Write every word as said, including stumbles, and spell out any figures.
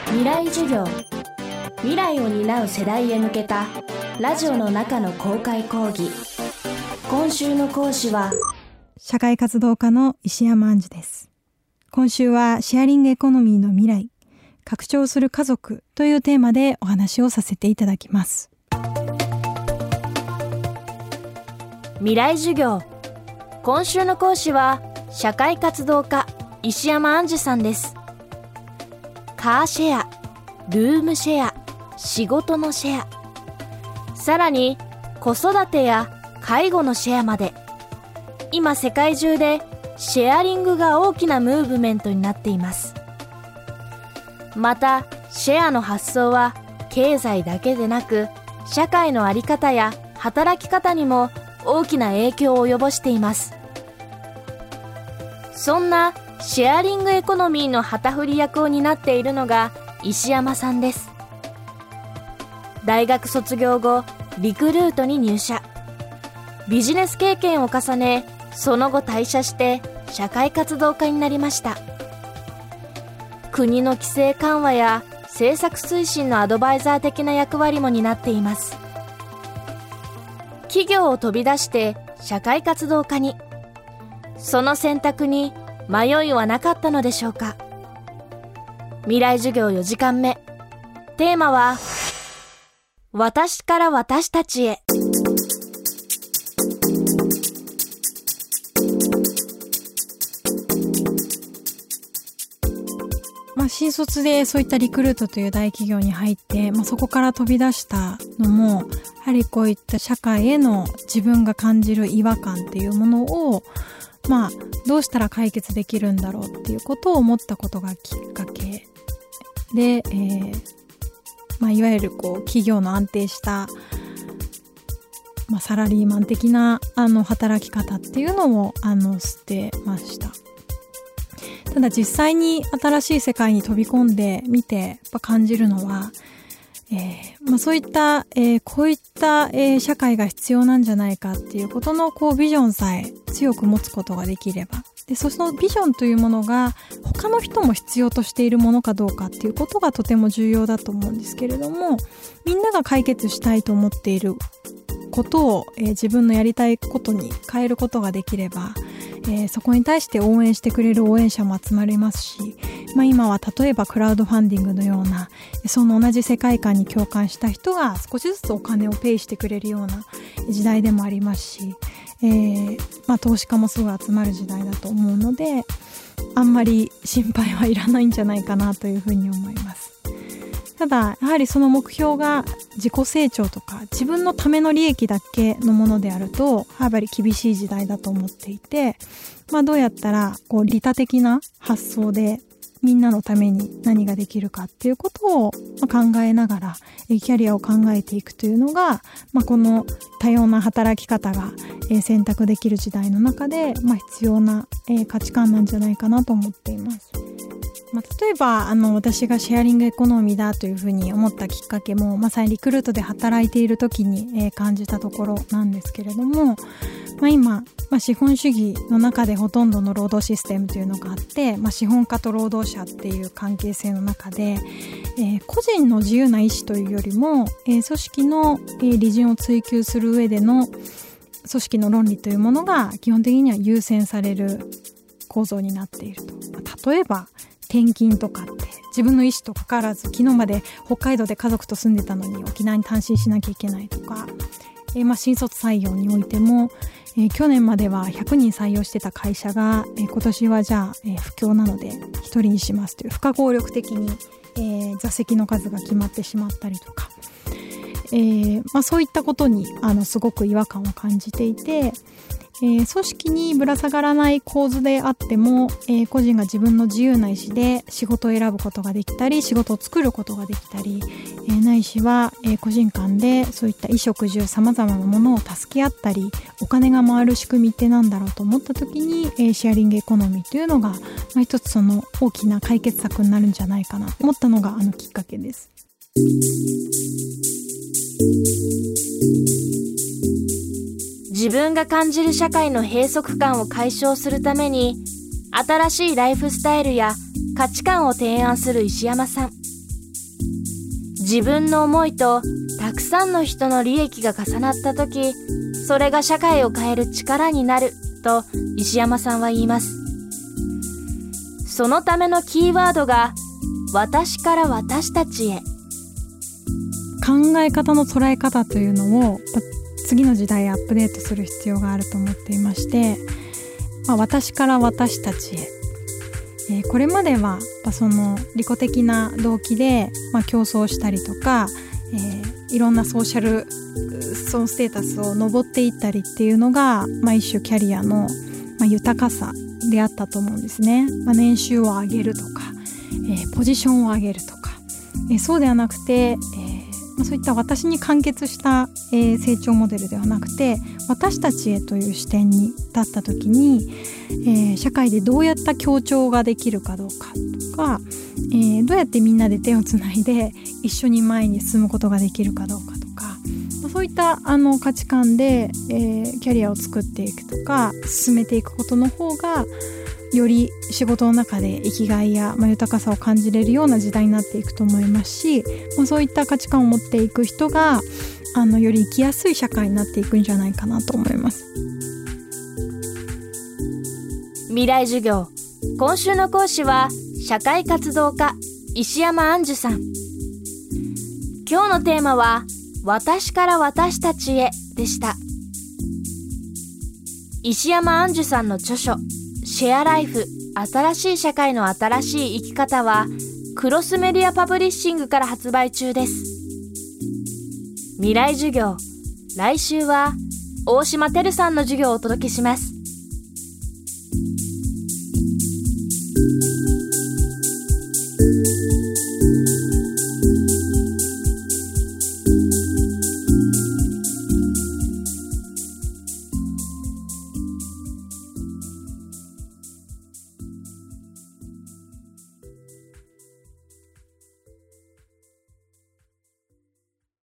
未来授業、未来を担う世代へ向けたラジオの中の公開講義。今週の講師は社会活動家の石山杏樹です。今週はシェアリングエコノミーの未来、拡張する家族というテーマでお話をさせていただきます。 未来授業、今週の講師は社会活動家石山杏樹さんです。カーシェア、ルームシェア、仕事のシェア、さらに子育てや介護のシェアまで、今世界中でシェアリングが大きなムーブメントになっています。またシェアの発想は経済だけでなく、社会の在り方や働き方にも大きな影響を及ぼしています。そんなシェアリングエコノミーの旗振り役を担っているのが石山さんです。大学卒業後、リクルートに入社。ビジネス経験を重ね、その後退社して社会活動家になりました。国の規制緩和や政策推進のアドバイザー的な役割も担っています。企業を飛び出して社会活動家に、その選択に迷いはなかったのでしょうか。未来授業よじかんめ、テーマは私から私たちへ。 まあ、新卒でそういったリクルートという大企業に入って、まあ、そこから飛び出したのも、やはりこういった社会への自分が感じる違和感っていうものを、まあ、どうしたら解決できるんだろうっていうことを思ったことがきっかけで、えーまあ、いわゆるこう企業の安定した、まあ、サラリーマン的なあの働き方っていうのをあの捨てました。ただ実際に新しい世界に飛び込んでみてやっぱ感じるのは、えーまあ、そういった、えー、こういった、えー、社会が必要なんじゃないかっていうことのこうビジョンさえ強く持つことができれば、でそのビジョンというものが他の人も必要としているものかどうかっていうことがとても重要だと思うんですけれども、みんなが解決したいと思っていることを、えー、自分のやりたいことに変えることができれば、えー、そこに対して応援してくれる応援者も集まりますし、まあ、今は例えばクラウドファンディングのようなその同じ世界観に共感した人が少しずつお金をペイしてくれるような時代でもありますし、えーまあ、投資家もすぐ集まる時代だと思うので、あんまり心配はいらないんじゃないかなというふうに思います。ただやはりその目標が自己成長とか自分のための利益だけのものであるとやっぱり厳しい時代だと思っていて、まあ、どうやったらこう利他的な発想でみんなのために何ができるかっていうことを考えながらキャリアを考えていくというのが、まあ、この多様な働き方が選択できる時代の中で、まあ、必要な価値観なんじゃないかなと思っています。まあ、例えばあの私がシェアリングエコノミーだというふうに思ったきっかけも、まさにリクルートで働いている時に、えー、感じたところなんですけれども、まあ、今、まあ、資本主義の中でほとんどの労働システムというのがあって、まあ、資本家と労働者っていう関係性の中で、えー、個人の自由な意思というよりも、えー、組織の、えー、利潤を追求する上での組織の論理というものが基本的には優先される構造になっていると。まあ、例えば転勤とかって自分の意思とかかわらず昨日まで北海道で家族と住んでたのに沖縄に単身しなきゃいけないとか、えーまあ、新卒採用においても、えー、去年まではひゃくにん採用してた会社が、えー、今年はじゃあ、えー、不況なのでひとりにしますという不可抗力的に、えー、座席の数が決まってしまったりとか、えーまあ、そういったことにあのすごく違和感を感じていて、えー、組織にぶら下がらない構図であっても、えー、個人が自分の自由な意思で仕事を選ぶことができたり仕事を作ることができたり、えー、ないしは、えー、個人間でそういった衣食住さまざまなものを助け合ったりお金が回る仕組みってなんだろうと思った時に、えー、シェアリングエコノミーというのが、まあ、一つその大きな解決策になるんじゃないかなと思ったのがあのきっかけです。 自分が感じる社会の閉塞感を解消するために新しいライフスタイルや価値観を提案する石山さん。 自分の思いとたくさんの人の利益が重なったとき、それが社会を変える力になると石山さんは言います。そのためのキーワードが私から私たちへ。 考え方の捉え方というのを次の時代へアップデートする必要があると思っていまして、まあ、私から私たちへ、えー、これまではその利己的な動機で、まあ、競争したりとか、えー、いろんなソーシャルそのステータスを上っていったりっていうのが、まあ、一種キャリアの、まあ、豊かさであったと思うんですね。まあ、年収を上げるとか、えー、ポジションを上げるとか、えー、そうではなくて、えーまあ、そういった私に完結した、えー、成長モデルではなくて、私たちへという視点に立った時に、えー、社会でどうやった協調ができるかどうかとか、えー、どうやってみんなで手をつないで一緒に前に進むことができるかどうかとか、まあ、そういったあの価値観で、えー、キャリアを作っていくとか進めていくことの方がより仕事の中で生きがいや、まあ、豊かさを感じれるような時代になっていくと思いますし、まあ、そういった価値観を持っていく人があのより生きやすい社会になっていくんじゃないかなと思います。 未来授業、今週の講師は社会活動家石山杏樹さん。今日のテーマは私から私たちへでした。石山杏樹さんの著書シェアライフ、新しい社会の新しい生き方はクロスメディアパブリッシングから発売中です。未来授業、来週は大島てるさんの授業をお届けします。